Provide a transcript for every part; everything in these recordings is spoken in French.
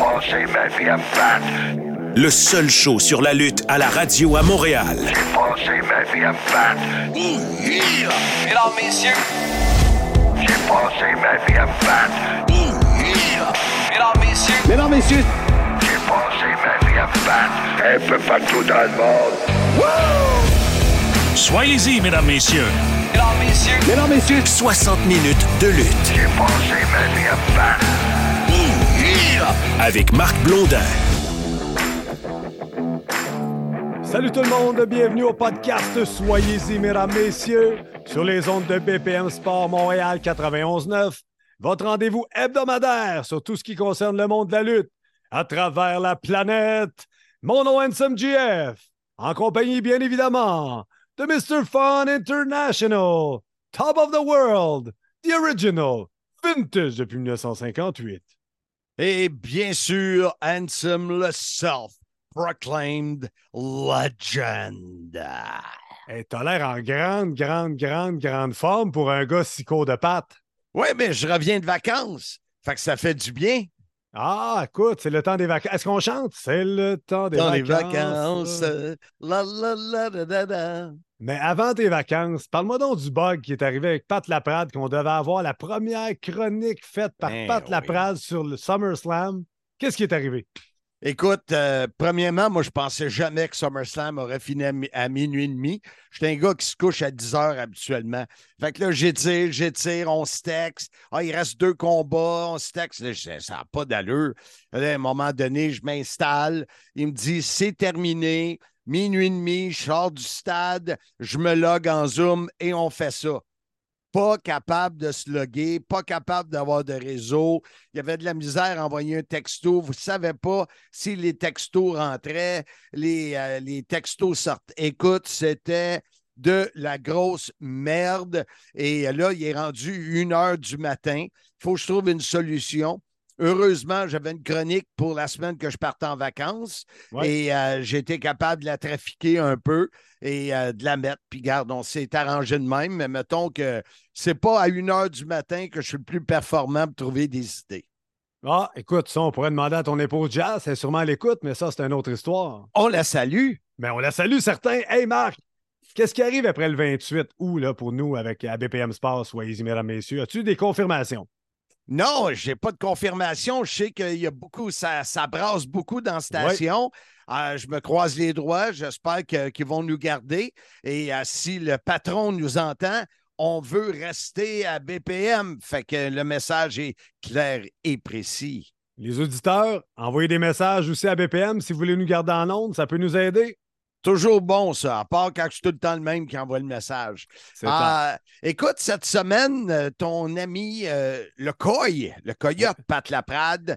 passé ma vie à me battre. Le seul show sur la lutte à la radio à Montréal. J'ai passé ma vie à me battre. Ouh, yeah! Mesdames, messieurs. J'ai passé ma vie à me battre. Ouh, yeah! Mesdames, messieurs. Mesdames, messieurs. J'ai passé ma vie à me battre. Un peu partout dans le monde. Wouh! Soyez-y, mesdames, messieurs. Mesdames, messieurs. Mesdames, messieurs. 60 minutes de lutte. J'ai passé ma vie à me battre. Ouh, yeah! Avec Marc Blondin. Salut tout le monde, bienvenue au podcast Soyez-y, mesdames, messieurs, sur les ondes de BPM Sport Montréal 91.9, votre rendez-vous hebdomadaire sur tout ce qui concerne le monde de la lutte à travers la planète. Mon nom est Handsome GF, en compagnie bien évidemment de Mr. Fun International, Top of the World, The Original, Vintage depuis 1958. Et bien sûr, Handsome le self-proclaimed legend. Hey, t'as l'air en grande forme pour un gars si court de pattes. Oui, mais je reviens de vacances. Fait que ça fait du bien. Ah, écoute, c'est le temps des vacances. Est-ce qu'on chante? C'est le temps des Dans vacances. les vacances. La la la da da da. Mais avant tes vacances, parle-moi donc du bug qui est arrivé avec Pat Laprade, qu'on devait avoir la première chronique faite par Pat Laprade sur le SummerSlam. Qu'est-ce qui est arrivé? Écoute, premièrement, moi, je pensais jamais que SummerSlam aurait fini à minuit et demi. J'étais un gars qui se couche à 10 heures habituellement. Fait que là, j'étire, on se texte. Ah, il reste 2 combats, on se texte. Là, ça n'a pas d'allure. Là, à un moment donné, je m'installe. Il me dit, c'est terminé. Minuit et demi, je sors du stade, je me log en Zoom et on fait ça. Pas capable de se loguer, pas capable d'avoir de réseau. Il y avait de la misère à envoyer un texto. Vous ne savez pas si les textos rentraient, les textos sortent. Écoute, c'était de la grosse merde. Et là, il est rendu 1h du matin. Il faut que je trouve une solution. Heureusement, j'avais une chronique pour la semaine que je partais en vacances et j'ai été capable de la trafiquer un peu et de la mettre. Puis, garde, on s'est arrangé de même, mais mettons que c'est pas à 1h du matin que je suis le plus performant pour trouver des idées. Ah, écoute, ça, on pourrait demander à ton épouse Jazz, elle est sûrement à l'écoute, mais ça, c'est une autre histoire. On la salue. Mais on la salue, certains. Hey, Marc, qu'est-ce qui arrive après le 28 août là, pour nous avec BPM Sport, soyez-y, mesdames, messieurs? As-tu des confirmations? Non, je n'ai pas de confirmation. Je sais qu'il y a beaucoup, ça brasse beaucoup dans la station. Je me croise les doigts. J'espère qu'ils vont nous garder. Et si le patron nous entend, on veut rester à BPM. Fait que le message est clair et précis. Les auditeurs, envoyez des messages aussi à BPM si vous voulez nous garder en ondes. Ça peut nous aider. Toujours bon, ça, à part quand je suis tout le temps le même qui envoie le message. Écoute, cette semaine, ton ami, le coyote Pat Laprade,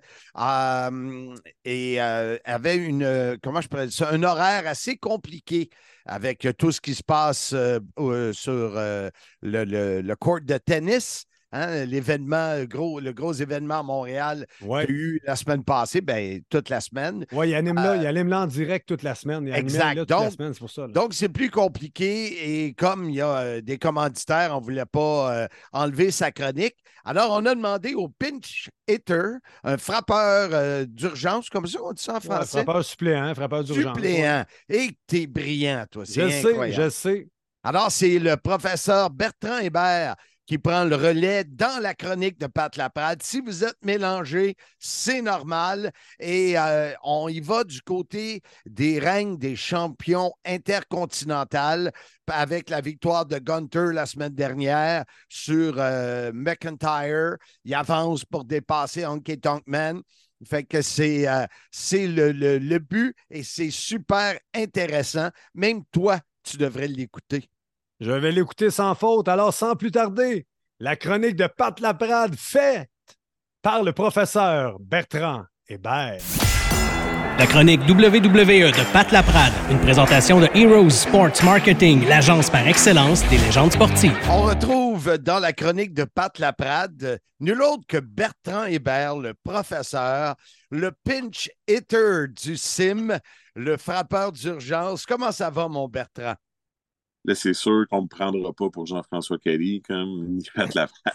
avait comment je pourrais dire ça, un horaire assez compliqué avec tout ce qui se passe sur le court de tennis. Hein, le gros événement à Montréal qu'il y a eu la semaine passée, toute la semaine. Oui, il anime là en direct toute la semaine. Exact. Là, toute la semaine, c'est pour ça. Là. Donc, c'est plus compliqué et comme il y a des commanditaires, on ne voulait pas enlever sa chronique. Alors, on a demandé au pinch hitter, un frappeur d'urgence, comme ça, on dit ça en français? Frappeur suppléant, frappeur d'urgence. Suppléant. Et t'es brillant, toi. C'est incroyable. Je sais. Alors, c'est le professeur Bertrand Hébert qui prend le relais dans la chronique de Pat Laprade. Si vous êtes mélangés, c'est normal. Et on y va du côté des règnes des champions intercontinentales avec la victoire de Gunther la semaine dernière sur McIntyre. Il avance pour dépasser Honky Tonk Man. Fait que c'est le but et c'est super intéressant. Même toi, tu devrais l'écouter. Je vais l'écouter sans faute. Alors, sans plus tarder, la chronique de Pat Laprade faite par le professeur Bertrand Hébert. La chronique WWE de Pat Laprade, une présentation de Heroes Sports Marketing, l'agence par excellence des légendes sportives. On retrouve dans la chronique de Pat Laprade nul autre que Bertrand Hébert, le professeur, le pinch hitter du CIM, le frappeur d'urgence. Comment ça va, mon Bertrand? Là, c'est sûr qu'on ne me prendra pas pour Jean-François Kelly, comme ni Pat Laprade.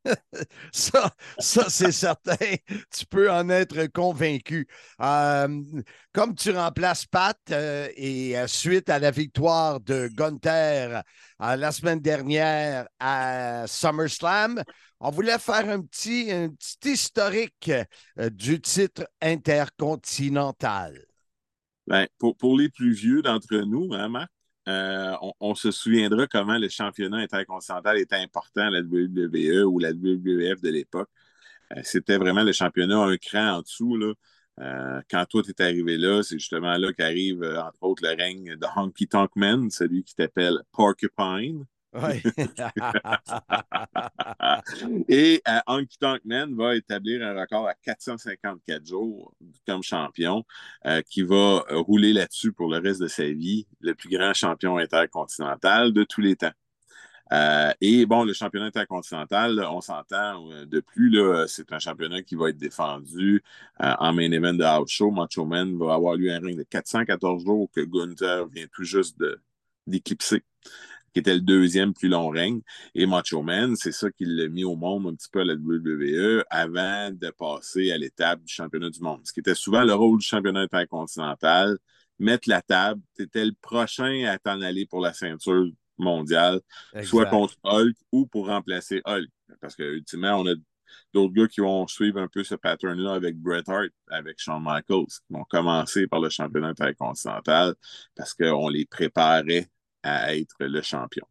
Ça c'est certain. Tu peux en être convaincu. Comme tu remplaces Pat et suite à la victoire de Gunther la semaine dernière à SummerSlam, on voulait faire un petit historique du titre intercontinental. Ben, pour les plus vieux d'entre nous, hein, Marc, on se souviendra comment le championnat intercontinental était important à la WWE ou la WWF de l'époque. C'était vraiment le championnat un cran en dessous, là. Quand toi, tu es arrivé là, c'est justement là qu'arrive, entre autres, le règne de Honky Tonk Man, celui qui t'appelle Porcupine. Oui. Et Honky Tonk Man va établir un record à 454 jours comme champion qui va rouler là-dessus pour le reste de sa vie, le plus grand champion intercontinental de tous les temps. Et bon, le championnat intercontinental, là, on s'entend de plus, là, c'est un championnat qui va être défendu en main event de House Show. Macho Man va avoir lui un règne de 414 jours que Gunther vient tout juste d'éclipser, qui était le deuxième plus long règne. Et Macho Man, c'est ça qui l'a mis au monde un petit peu à la WWE avant de passer à l'étape du championnat du monde. Ce qui était souvent le rôle du championnat intercontinental, mettre la table, tu étais le prochain à t'en aller pour la ceinture mondiale, Exact. soit contre Hulk ou pour remplacer Hulk. Parce que ultimement, on a d'autres gars qui vont suivre un peu ce pattern-là avec Bret Hart, avec Shawn Michaels, qui vont commencer par le championnat intercontinental parce qu'on les préparait à être le champion.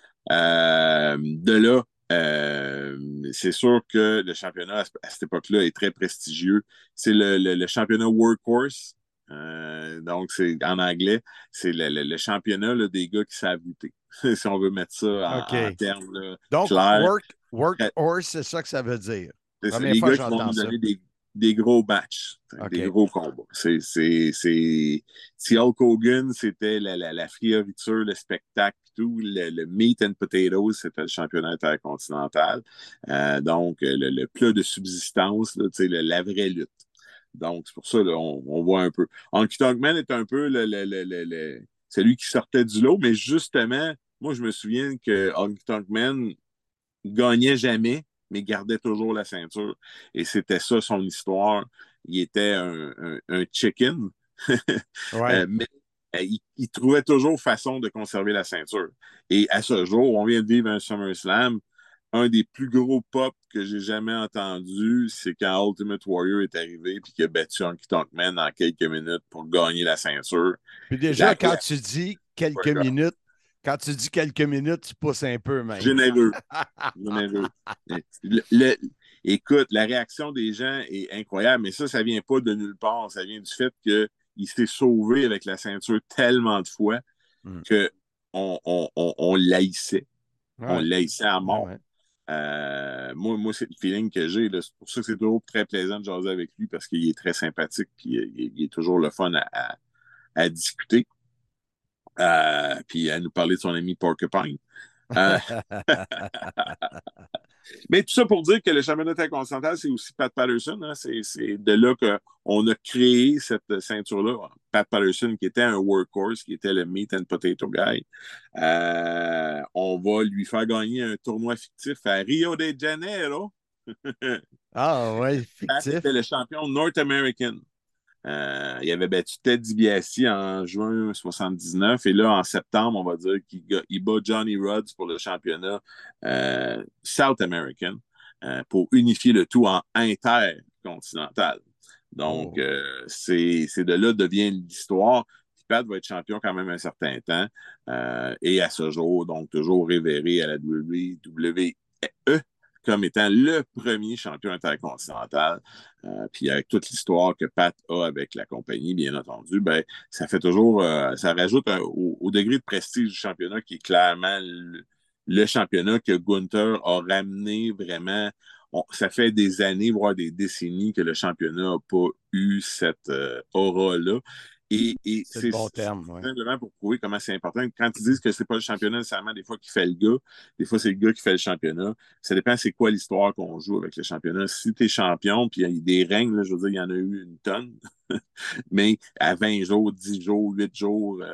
De là, c'est sûr que le championnat à cette époque-là est très prestigieux. C'est le championnat Workhorse. Donc, c'est en anglais, c'est le championnat là, des gars qui savent lutter. Si on veut mettre ça en termes là, donc, clairs. workhorse, c'est ça que ça veut dire. C'est les gars qui vont nous donner des gros matchs, des gros combats. Si Hulk Hogan, c'était la fioriture, le spectacle, tout, le meat and potatoes, c'était le championnat intercontinental. Donc, le plat de subsistance, là, la vraie lutte. Donc, c'est pour ça on voit un peu. Honky Tonk Man est un peu celui qui sortait du lot, mais justement, moi, je me souviens que Honky Tonk Man gagnait jamais, mais gardait toujours la ceinture. Et c'était ça son histoire. Il était un chicken, Ouais. mais il trouvait toujours façon de conserver la ceinture. Et à ce jour, on vient de vivre un SummerSlam. Un des plus gros pop que j'ai jamais entendu, c'est quand Ultimate Warrior est arrivé et qu'il a battu Honky Tonk Man en quelques minutes pour gagner la ceinture. Puis déjà, quand tu dis quelques minutes, tu pousses un peu, même. Généreux. Écoute, la réaction des gens est incroyable, mais ça vient pas de nulle part. Ça vient du fait qu'il s'est sauvé avec la ceinture tellement de fois qu'on l'haïssait. Ouais. On l'haïssait à mort. Ouais. Moi, c'est le feeling que j'ai. Là. C'est pour ça que c'est toujours très plaisant de jaser avec lui parce qu'il est très sympathique et il est toujours le fun à discuter. Puis à nous parler de son ami Porcupine. Mais tout ça pour dire que le championnat intercontinental, c'est aussi Pat Patterson. Hein? C'est de là qu'on a créé cette ceinture-là. Pat Patterson, qui était un workhorse, qui était le meat and potato guy. On va lui faire gagner un tournoi fictif à Rio de Janeiro. Ah oui, fictif. Pat était le champion North American. Il avait battu Ted DiBiase en juin 1979 et là, en septembre, on va dire qu'il bat Johnny Rodz pour le championnat South American pour unifier le tout en intercontinental. Donc, c'est de là devient l'histoire. Pat va être champion quand même un certain temps et à ce jour, donc toujours révéré à la WWE comme étant le premier champion intercontinental. Puis avec toute l'histoire que Pat a avec la compagnie, bien entendu, ben, ça fait toujours, ça rajoute au degré de prestige du championnat qui est clairement le championnat que Gunther a ramené vraiment. Ça fait des années, voire des décennies que le championnat n'a pas eu cette aura-là. Et c'est le bon terme, ouais. Simplement pour prouver comment c'est important. Quand ils disent que c'est pas le championnat nécessairement des fois qui fait le gars, des fois c'est le gars qui fait le championnat. Ça dépend c'est quoi l'histoire qu'on joue avec le championnat. Si tu es champion, puis il y a des règnes, là, je veux dire, il y en a eu une tonne. Mais à 20 jours, 10 jours, 8 jours,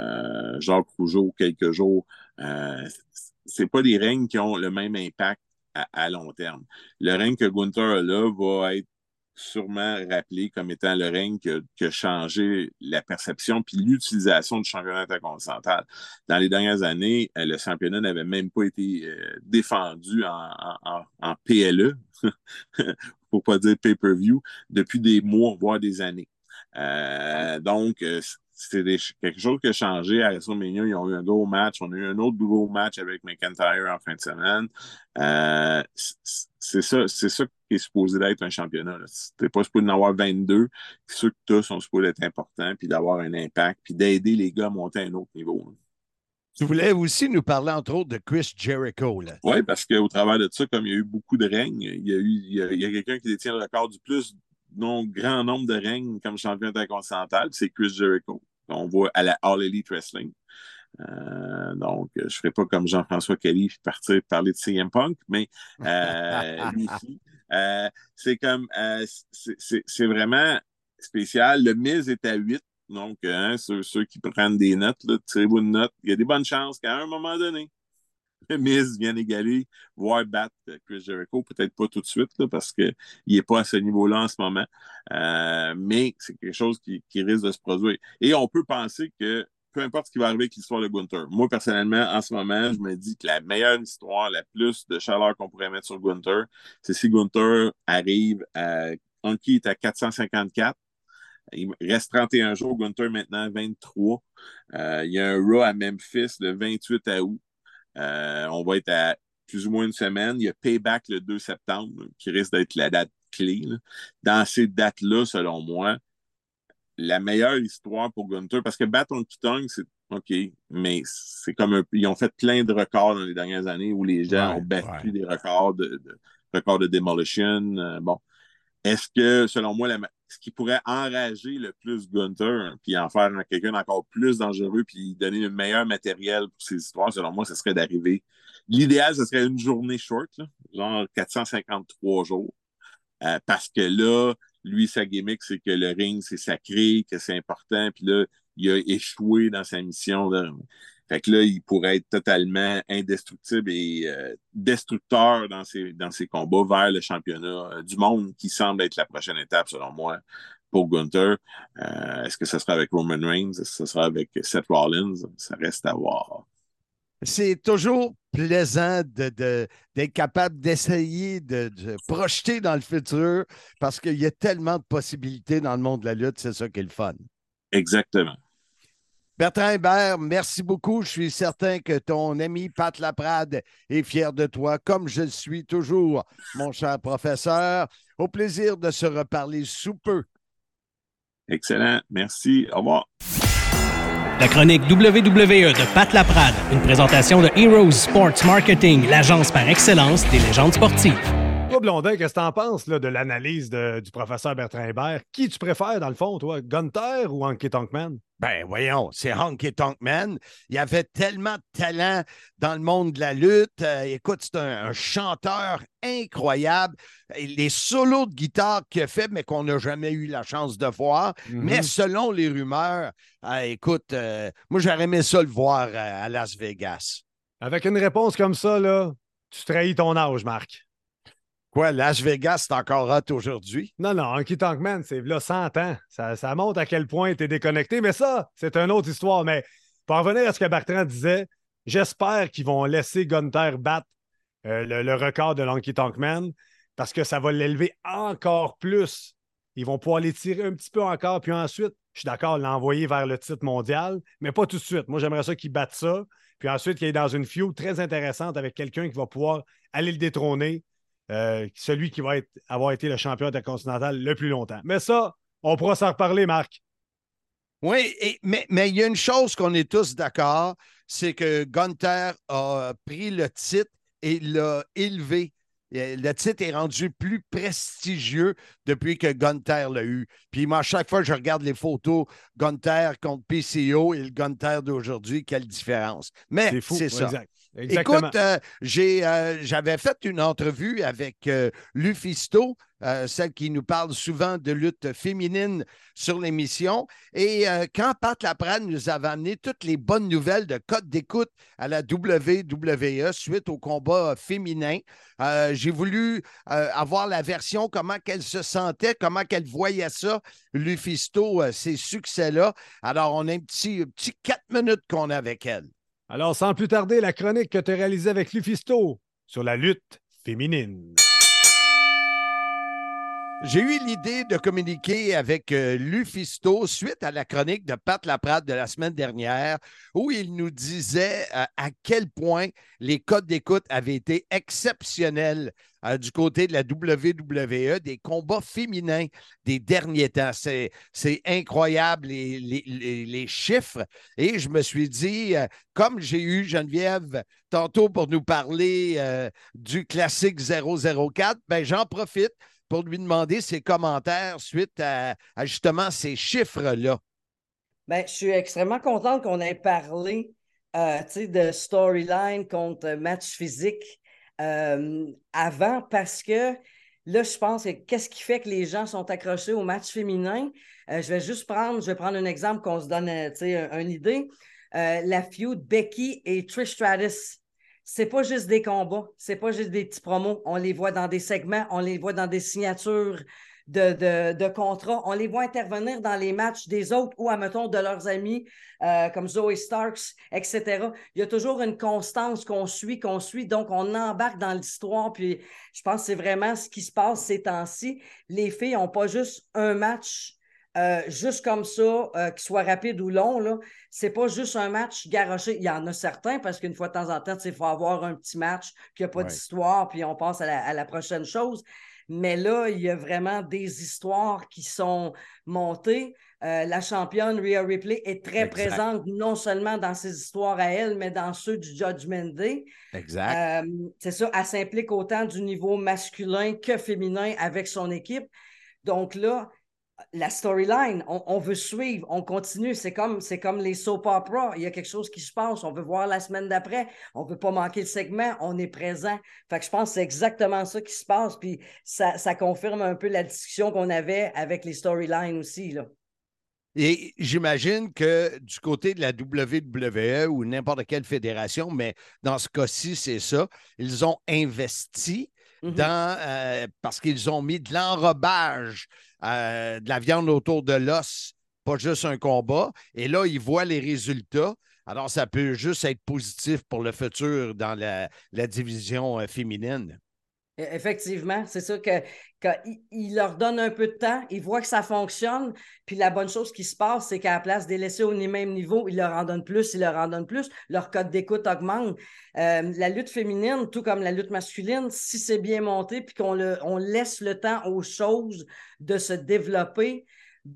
Jacques Rougeau, quelques jours, c'est pas des règnes qui ont le même impact à long terme. Le règne que Gunther a là va être sûrement rappelé comme étant le règne qui a changé la perception puis l'utilisation du championnat intercontinental. Dans les dernières années, le championnat n'avait même pas été défendu en PLE, pour pas dire pay-per-view, depuis des mois, voire des années. Donc, c'était quelque chose qui a changé. À WrestleMania, ils ont eu un gros match. On a eu un autre gros match avec McIntyre en fin de semaine. C'est ça qui est supposé d'être un championnat. Tu n'es pas supposé d'en avoir 22. Ceux que tu as sont supposés être importants, puis d'avoir un impact, puis d'aider les gars à monter à un autre niveau. Là. Tu voulais aussi nous parler, entre autres, de Chris Jericho. Oui, parce qu'au travers de ça, comme il y a eu beaucoup de règnes, il y a quelqu'un qui détient le record du plus grand nombre de règnes comme champion intercontinental, c'est Chris Jericho. On voit à la All Elite Wrestling. Donc, je ne ferai pas comme Jean-François Kelly partir parler de CM Punk, mais lui aussi. C'est vraiment spécial. Le Miz est à 8. Donc, ceux qui prennent des notes, là, tirez-vous une note. Il y a des bonnes chances qu'à un moment donné, le Miz vienne égaler, voire battre Chris Jericho. Peut-être pas tout de suite, là, parce qu'il n'est pas à ce niveau-là en ce moment. Mais c'est quelque chose qui risque de se produire. Et on peut penser que peu importe ce qui va arriver avec l'histoire de Gunther. Moi, personnellement, en ce moment, je me dis que la meilleure histoire, la plus de chaleur qu'on pourrait mettre sur Gunther, c'est si Gunther arrive à... Honky est à 454. Il reste 31 jours. Gunther, maintenant, 23. Il y a un Raw à Memphis le 28 août. On va être à plus ou moins une semaine. Il y a Payback le 2 septembre, qui risque d'être la date clé. Là. Dans ces dates-là, selon moi, la meilleure histoire pour Gunther, parce que battre Honky Tonk, c'est OK, mais c'est comme ils ont fait plein de records dans les dernières années où les gens ont battu des records de Demolition. Bon. Est-ce que, selon moi, ce qui pourrait enrager le plus Gunther, puis en faire quelqu'un d'encore plus dangereux, puis donner le meilleur matériel pour ses histoires, selon moi, ce serait d'arriver. L'idéal, ce serait une journée short, là, genre 453 jours. Parce que là, lui, sa gimmick, c'est que le ring, c'est sacré, que c'est important, puis là, il a échoué dans sa mission. Là. Fait que là, il pourrait être totalement indestructible et destructeur dans ses combats vers le championnat du monde, qui semble être la prochaine étape, selon moi, pour Gunther. Est-ce que ce sera avec Roman Reigns? Est-ce que ce sera avec Seth Rollins? Ça reste à voir. C'est toujours plaisant d'être capable d'essayer de projeter dans le futur parce qu'il y a tellement de possibilités dans le monde de la lutte. C'est ça qui est le fun. Exactement. Bertrand Hébert, merci beaucoup. Je suis certain que ton ami Pat Laprade est fier de toi, comme je le suis toujours, mon cher professeur. Au plaisir de se reparler sous peu. Excellent. Merci. Au revoir. La chronique WWE de Pat Laprade, une présentation de Heroes Sports Marketing, l'agence par excellence des légendes sportives. Toi, Blondin, qu'est-ce que tu en penses là, de l'analyse du professeur Bertrand Hébert? Qui tu préfères, dans le fond, toi? Gunther ou Honky Tonk Man? Ben, voyons, c'est Honky Tonk Man. Il avait tellement de talent dans le monde de la lutte. Écoute, c'est un chanteur incroyable. Les solos de guitare qu'il a fait, mais qu'on n'a jamais eu la chance de voir. Mm-hmm. Mais selon les rumeurs, écoute, moi, j'aurais aimé ça le voir à Las Vegas. Avec une réponse comme ça, là, tu trahis ton âge, Marc. Quoi, Las Vegas, c'est encore hot aujourd'hui? Non, Honky Tonk Man, c'est là 100 ans. Ça montre à quel point tu es déconnecté, mais ça, c'est une autre histoire. Mais pour revenir à ce que Bertrand disait, j'espère qu'ils vont laisser Gunther battre le record de Honky Tonk Man parce que ça va l'élever encore plus. Ils vont pouvoir l'étirer un petit peu encore, puis ensuite, je suis d'accord, l'envoyer vers le titre mondial, mais pas tout de suite. Moi, j'aimerais ça qu'il batte ça, puis ensuite qu'il est dans une feud très intéressante avec quelqu'un qui va pouvoir aller le détrôner. Celui qui va avoir été le champion intercontinental le plus longtemps. Mais ça, on pourra s'en reparler, Marc. Oui, mais il y a une chose qu'on est tous d'accord, c'est que Gunther a pris le titre et l'a élevé. Le titre est rendu plus prestigieux depuis que Gunther l'a eu. Puis moi, à chaque fois que je regarde les photos Gunther contre PCO et le Gunther d'aujourd'hui, quelle différence. Mais c'est ça. Exactement. Écoute, j'avais fait une entrevue avec Lufisto, celle qui nous parle souvent de lutte féminine sur l'émission. Et quand Pat Laprade nous avait amené toutes les bonnes nouvelles de code d'écoute à la WWE suite au combat féminin, j'ai voulu avoir la version, comment qu'elle se sentait, comment qu'elle voyait ça, Lufisto, ces succès-là. Alors, on a un petit 4 minutes qu'on a avec elle. Alors, sans plus tarder, la chronique que tu as réalisée avec Lufisto sur la lutte féminine. J'ai eu l'idée de communiquer avec Lufisto suite à la chronique de Pat Laprade de la semaine dernière où il nous disait à quel point les codes d'écoute avaient été exceptionnels du côté de la WWE, des combats féminins des derniers temps. C'est incroyable les chiffres. Et je me suis dit, comme j'ai eu Geneviève tantôt pour nous parler du classique 004, ben j'en profite pour lui demander ses commentaires suite à justement ces chiffres-là. Bien, je suis extrêmement contente qu'on ait parlé de storyline contre match physique avant parce que là, je pense que qu'est-ce qui fait que les gens sont accrochés au match féminin? Je vais prendre un exemple qu'on se donne une idée. La feud Becky et Trish Stratus. C'est pas juste des combats, c'est pas juste des petits promos. On les voit dans des segments, on les voit dans des signatures de contrats. On les voit intervenir dans les matchs des autres ou, admettons, de leurs amis comme Zoe Starks, etc. Il y a toujours une constance qu'on suit. Donc, on embarque dans l'histoire. Puis, je pense que c'est vraiment ce qui se passe ces temps-ci. Les filles n'ont pas juste un match juste comme ça, qu'il soit rapide ou long, là, c'est pas juste un match garoché. Il y en a certains, parce qu'une fois de temps en temps, il faut avoir un petit match, puis il n'y a pas d'histoire, puis on passe à la prochaine chose. Mais là, il y a vraiment des histoires qui sont montées. La championne Rhea Ripley est très présente, non seulement dans ses histoires à elle, mais dans ceux du Judgment Day. Exact. C'est ça, elle s'implique autant du niveau masculin que féminin avec son équipe. Donc là, la storyline, on veut suivre, on continue. C'est comme les soap operas. Il y a quelque chose qui se passe. On veut voir la semaine d'après. On ne veut pas manquer le segment. On est présent. Fait que je pense que c'est exactement ça qui se passe. Puis ça confirme un peu la discussion qu'on avait avec les storylines aussi, là. Et j'imagine que du côté de la WWE ou n'importe quelle fédération, mais dans ce cas-ci, c'est ça, ils ont investi parce qu'ils ont mis de l'enrobage, de la viande autour de l'os, pas juste un combat. Et là, ils voient les résultats. Alors, ça peut juste être positif pour le futur dans la division féminine. Effectivement, c'est ça qu'il leur donne un peu de temps, ils voient que ça fonctionne, puis la bonne chose qui se passe, c'est qu'à la place de les laisser au même niveau, ils leur en donnent plus, leur code d'écoute augmente. La lutte féminine, tout comme la lutte masculine, si c'est bien monté, puis on laisse le temps aux choses de se développer,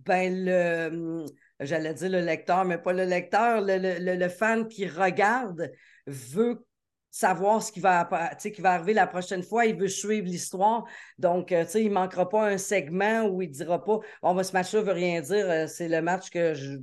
ben j'allais dire le lecteur, mais pas le lecteur, le fan qui regarde veut savoir ce qui va arriver la prochaine fois, il veut suivre l'histoire. Donc, il ne manquera pas un segment où il ne dira pas ce match-là ne veut rien dire, c'est le match que je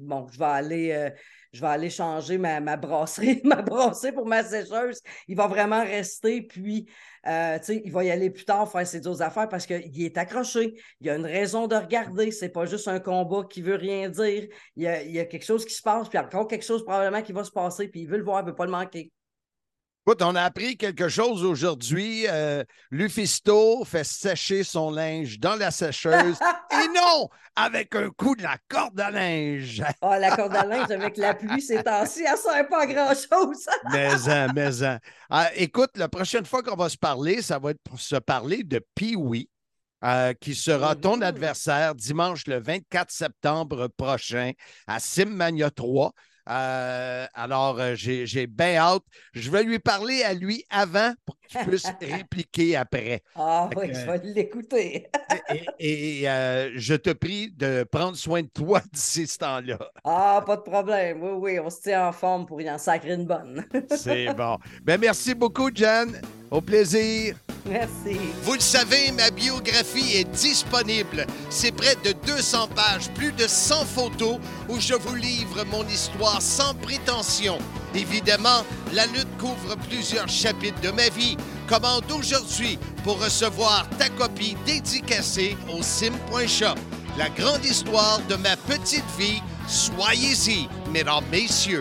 vais aller changer ma brasserie, pour ma sécheuse. Il va vraiment rester, puis il va y aller plus tard faire ses autres affaires parce qu'il est accroché. Il y a une raison de regarder. C'est pas juste un combat qui veut rien dire. Il y a quelque chose qui se passe, puis encore quelque chose probablement qui va se passer, puis il veut le voir, il ne veut pas le manquer. Écoute, on a appris quelque chose aujourd'hui. Lufisto fait sécher son linge dans la sécheuse et non avec un coup de la corde à linge. La corde à linge avec la pluie ces temps-ci, elle ne sert pas à grand-chose. mais. Écoute, la prochaine fois qu'on va se parler, ça va être pour se parler de Pee-Wee, qui sera ton adversaire dimanche le 24 septembre prochain à Simmania 3. Alors, j'ai bien hâte. Je vais lui parler à lui avant pour qu'il puisse répliquer après. Oui, je vais l'écouter. et je te prie de prendre soin de toi d'ici ce temps-là. Pas de problème. Oui, on se tient en forme pour y en sacrer une bonne. C'est bon. Merci beaucoup, Jen. Au plaisir. Merci. Vous le savez, ma biographie est disponible. C'est près de 200 pages, plus de 100 photos où je vous livre mon histoire sans prétention. Évidemment, la lutte couvre plusieurs chapitres de ma vie. Commande aujourd'hui pour recevoir ta copie dédicacée au sim.shop. La grande histoire de ma petite vie, soyez-y, mesdames, messieurs.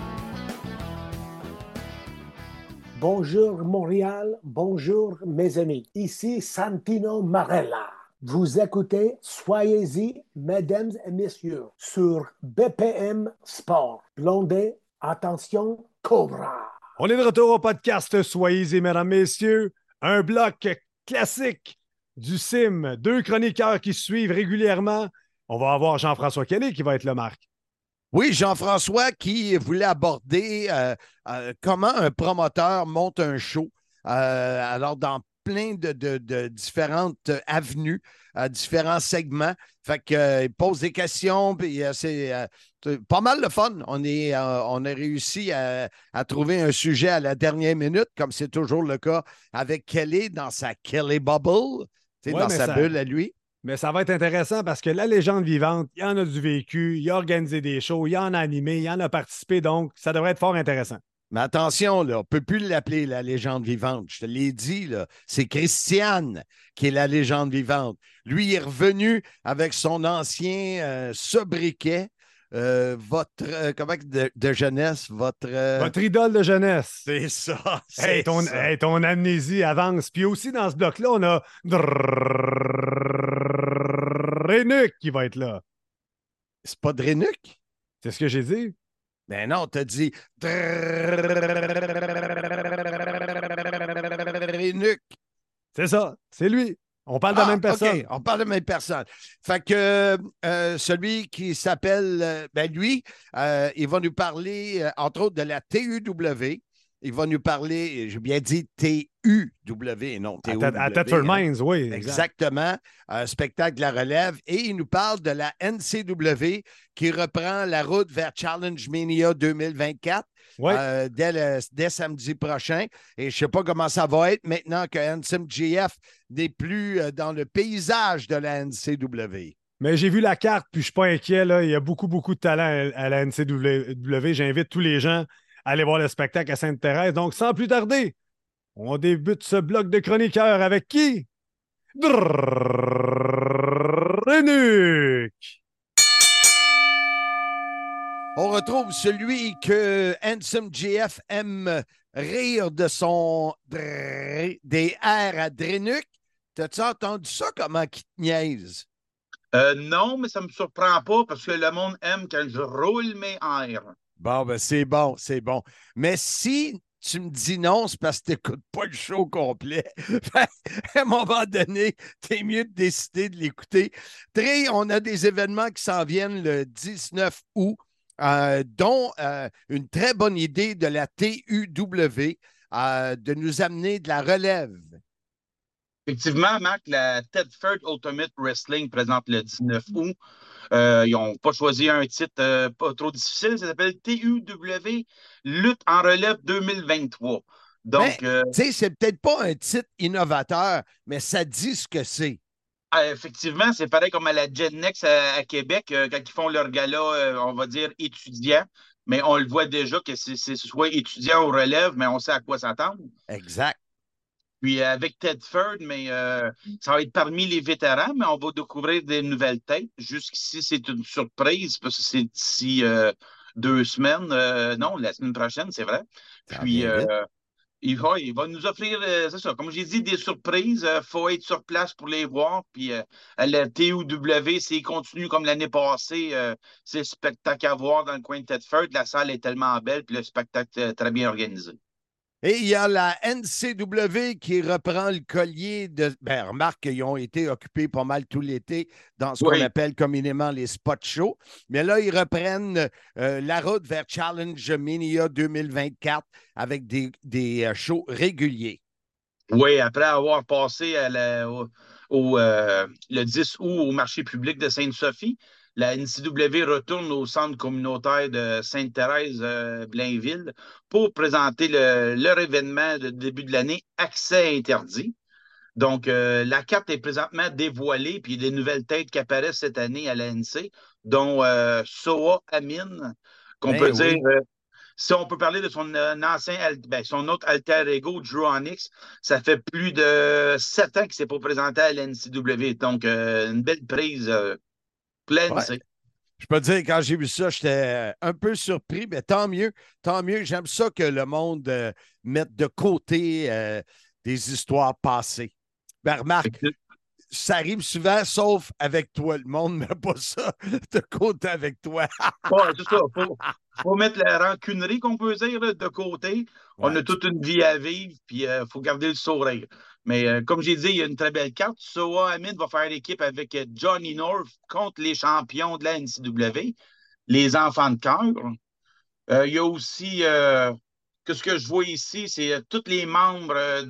Bonjour Montréal, bonjour mes amis. Ici Santino Marella. Vous écoutez Soyez-y, mesdames et messieurs, sur BPM Sport. Blondé, attention, Cobra. On est de retour au podcast Soyez-y, mesdames, messieurs. Un bloc classique du CIM. 2 chroniqueurs qui suivent régulièrement. On va avoir Jean-François Kelly qui va être là, Marc. Oui, Jean-François qui voulait aborder comment un promoteur monte un show. Alors, dans plein de différentes avenues, différents segments. Fait qu'il pose des questions, puis c'est pas mal de fun. On a réussi à trouver un sujet à la dernière minute, comme c'est toujours le cas avec Kelly dans sa Kelly Bubble, dans sa bulle à lui. Mais ça va être intéressant parce que la légende vivante, il y en a du vécu, il a organisé des shows, il en a animé, il en a participé, donc ça devrait être fort intéressant. Mais attention, là, on ne peut plus l'appeler la légende vivante. Je te l'ai dit, là, c'est Christiane qui est la légende vivante. Lui, il est revenu avec son ancien sobriquet, de jeunesse, Votre idole de jeunesse. C'est ça. Ton amnésie avance. Puis aussi, dans ce bloc-là, on a Drenuk qui va être là. C'est pas Drenuk? C'est ce que j'ai dit. Ben non, t'as dit Drenuk. C'est ça, c'est lui. On parle de la même personne. OK, on parle de la même personne. Fait que celui qui s'appelle, lui, il va nous parler, entre autres, de la TUW. Il va nous parler, j'ai bien dit TUW, non TUW. À Thetford Mines, oui. Exactement. Spectacle de la relève. Et il nous parle de la NCW qui reprend la route vers Challenge Mania 2024 dès samedi prochain. Et je ne sais pas comment ça va être maintenant que NCMGF n'est plus dans le paysage de la NCW. Mais j'ai vu la carte, puis je ne suis pas inquiet. Là. Il y a beaucoup, beaucoup de talent à la NCW. J'invite tous les gens à aller voir le spectacle à Sainte-Thérèse. Donc, sans plus tarder, on débute ce bloc de chroniqueurs avec qui? Drenuk! On retrouve celui que Handsome GF aime rire de son des airs à Drenuk. T'as-tu entendu ça, comment qu'il te niaise? Non, mais ça ne me surprend pas parce que le monde aime quand je roule mes airs. Bon, ben c'est bon, c'est bon. Mais si tu me dis non, c'est parce que tu n'écoutes pas le show complet. À un moment donné, tu es mieux de décider de l'écouter. Trey, on a des événements qui s'en viennent le 19 août, dont une très bonne idée de la TUW de nous amener de la relève. Effectivement, Marc, la Thetford Ultimate Wrestling présente le 19 août. Ils n'ont pas choisi un titre pas trop difficile. Ça s'appelle TUW Lutte en relève 2023. Donc, tu sais, c'est peut-être pas un titre innovateur, mais ça dit ce que c'est. Effectivement, c'est pareil comme à la Gen Next à Québec, quand ils font leur gala, on va dire étudiant, mais on le voit déjà que c'est soit étudiant ou relève, mais on sait à quoi s'attendre. Exact. Puis avec Thetford, mais ça va être parmi les vétérans, mais on va découvrir des nouvelles têtes. Jusqu'ici, c'est une surprise parce que c'est d'ici 2 semaines. Non, la semaine prochaine, c'est vrai. Puis il va nous offrir, c'est ça, comme j'ai dit, des surprises. Il faut être sur place pour les voir. Puis à la TUW, s'il continue comme l'année passée, c'est le spectacle à voir dans le coin de Thetford. La salle est tellement belle, puis le spectacle est très bien organisé. Et il y a la NCW qui reprend le collier de. Ben, remarque qu'ils ont été occupés pas mal tout l'été dans ce qu'on appelle communément les spot shows. Mais là, ils reprennent la route vers Challenge Mania 2024 avec des shows réguliers. Oui, après avoir passé le 10 août au marché public de Sainte-Sophie, la NCW retourne au centre communautaire de Sainte-Thérèse-Blainville pour présenter leur événement de début de l'année, Accès interdit. Donc, la carte est présentement dévoilée, puis il y a des nouvelles têtes qui apparaissent cette année à l'ANC, dont Soa Amin, qu'on peut dire si on peut parler de son son autre alter ego, Drew Onyx, ça fait plus de 7 ans qu'il ne s'est pas présenté à l'NCW. Donc, une belle prise pleine. Ouais. Je peux te dire, quand j'ai vu ça, j'étais un peu surpris, mais tant mieux, tant mieux. J'aime ça que le monde mette de côté des histoires passées. Ben, remarque, ça arrive souvent, sauf avec toi. Le monde ne met pas ça de côté avec toi. Ouais, c'est ça. Faut mettre la rancunerie, qu'on peut dire, là, de côté. Ouais. On a toute une vie à vivre, puis il faut garder le sourire. Mais comme j'ai dit, il y a une très belle carte. Soa Hamid va faire l'équipe avec Johnny North contre les champions de la NCW, les enfants de cœur. Il y a aussi, ce que je vois ici, c'est tous les membres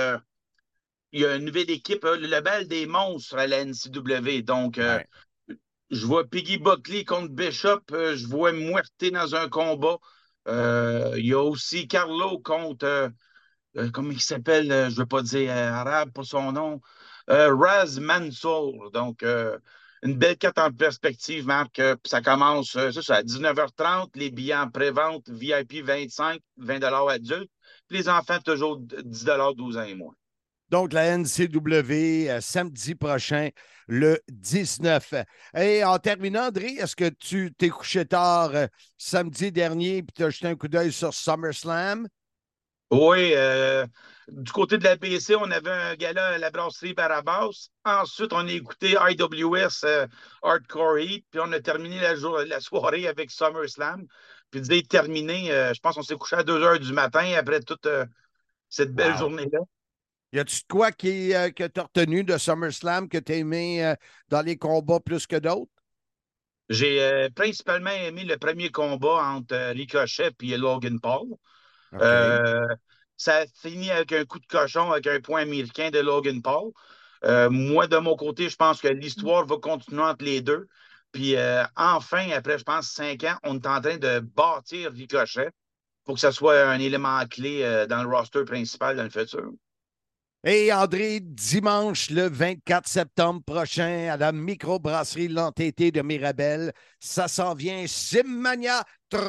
il y a une nouvelle équipe, le bal des monstres à la NCW. Donc, je vois Piggy Buckley contre Bishop. Je vois Muerte dans un combat. Il y a aussi Carlo contre... comment il s'appelle? Je ne veux pas dire arabe pour son nom. Raz Mansour. Donc, une belle carte en perspective, Marc. Ça commence c'est ça, à 19h30. Les billets en pré-vente, VIP 25, 20 $ adultes. Puis les enfants, toujours 10 $ 12 ans et moins. Donc, la NCW, samedi prochain, le 19. Et en terminant, André, est-ce que tu t'es couché tard samedi dernier et tu as jeté un coup d'œil sur SummerSlam? Oui, du côté de la PC, on avait un gala à la brasserie Barabas. Ensuite, on a écouté IWS Hardcore Heat, puis on a terminé la soirée avec SummerSlam. Puis dès terminé, je pense qu'on s'est couché à 2 h du matin après toute cette belle journée-là. Y a-tu de quoi que tu as retenu de SummerSlam que tu as aimé dans les combats plus que d'autres? J'ai principalement aimé le premier combat entre Ricochet et Logan Paul. Okay. Ça a fini avec un coup de cochon, avec un point américain de Logan Paul. Moi, de mon côté, je pense que l'histoire va continuer entre les deux. Puis enfin, après, je pense, 5 ans, on est en train de bâtir Ricochet pour que ça soit un élément clé dans le roster principal dans le futur. Et André, dimanche le 24 septembre prochain à la microbrasserie L'Entêté de Mirabel, ça s'en vient Simmania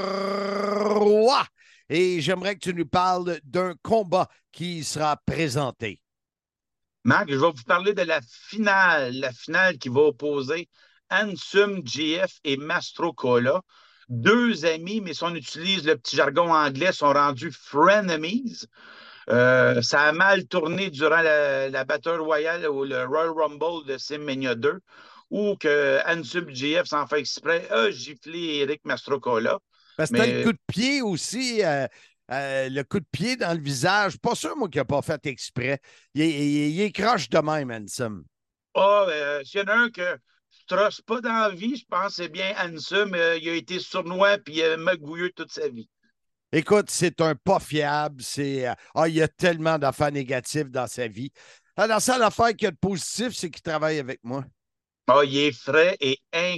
3. Et j'aimerais que tu nous parles d'un combat qui sera présenté. Marc, je vais vous parler de la finale qui va opposer Ansum GF et Mastro Cola. 2 amis, mais si on utilise le petit jargon anglais, sont rendus frenemies. Ça a mal tourné durant la Battle Royale ou le Royal Rumble de Simmania 2, où que Ansum GF s'en fait exprès a giflé Eric Mastrocola. Parce que t'as le coup de pied aussi, le coup de pied dans le visage. Pas sûr, moi, qu'il n'a pas fait exprès. Il est croche de même, Ansum. S'il y en a un que je ne trosse pas dans la vie, je pense que c'est bien Ansum. Il a été sournois puis magouilleux toute sa vie. Écoute, c'est un pas fiable. Il y a tellement d'affaires négatives dans sa vie. La seule affaire qu'il y a de positif, c'est qu'il travaille avec moi. Il est frais et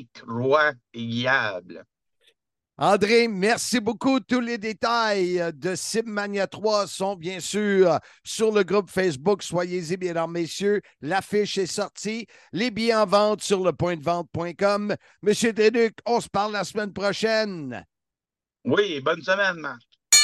incroyable. André, merci beaucoup. Tous les détails de Simmania 3 sont bien sûr sur le groupe Facebook. Soyez-y, mesdames, messieurs. L'affiche est sortie. Les billets en vente sur lepointdevente.com. Monsieur Déduc, on se parle la semaine prochaine. Oui, bonne semaine, Marc.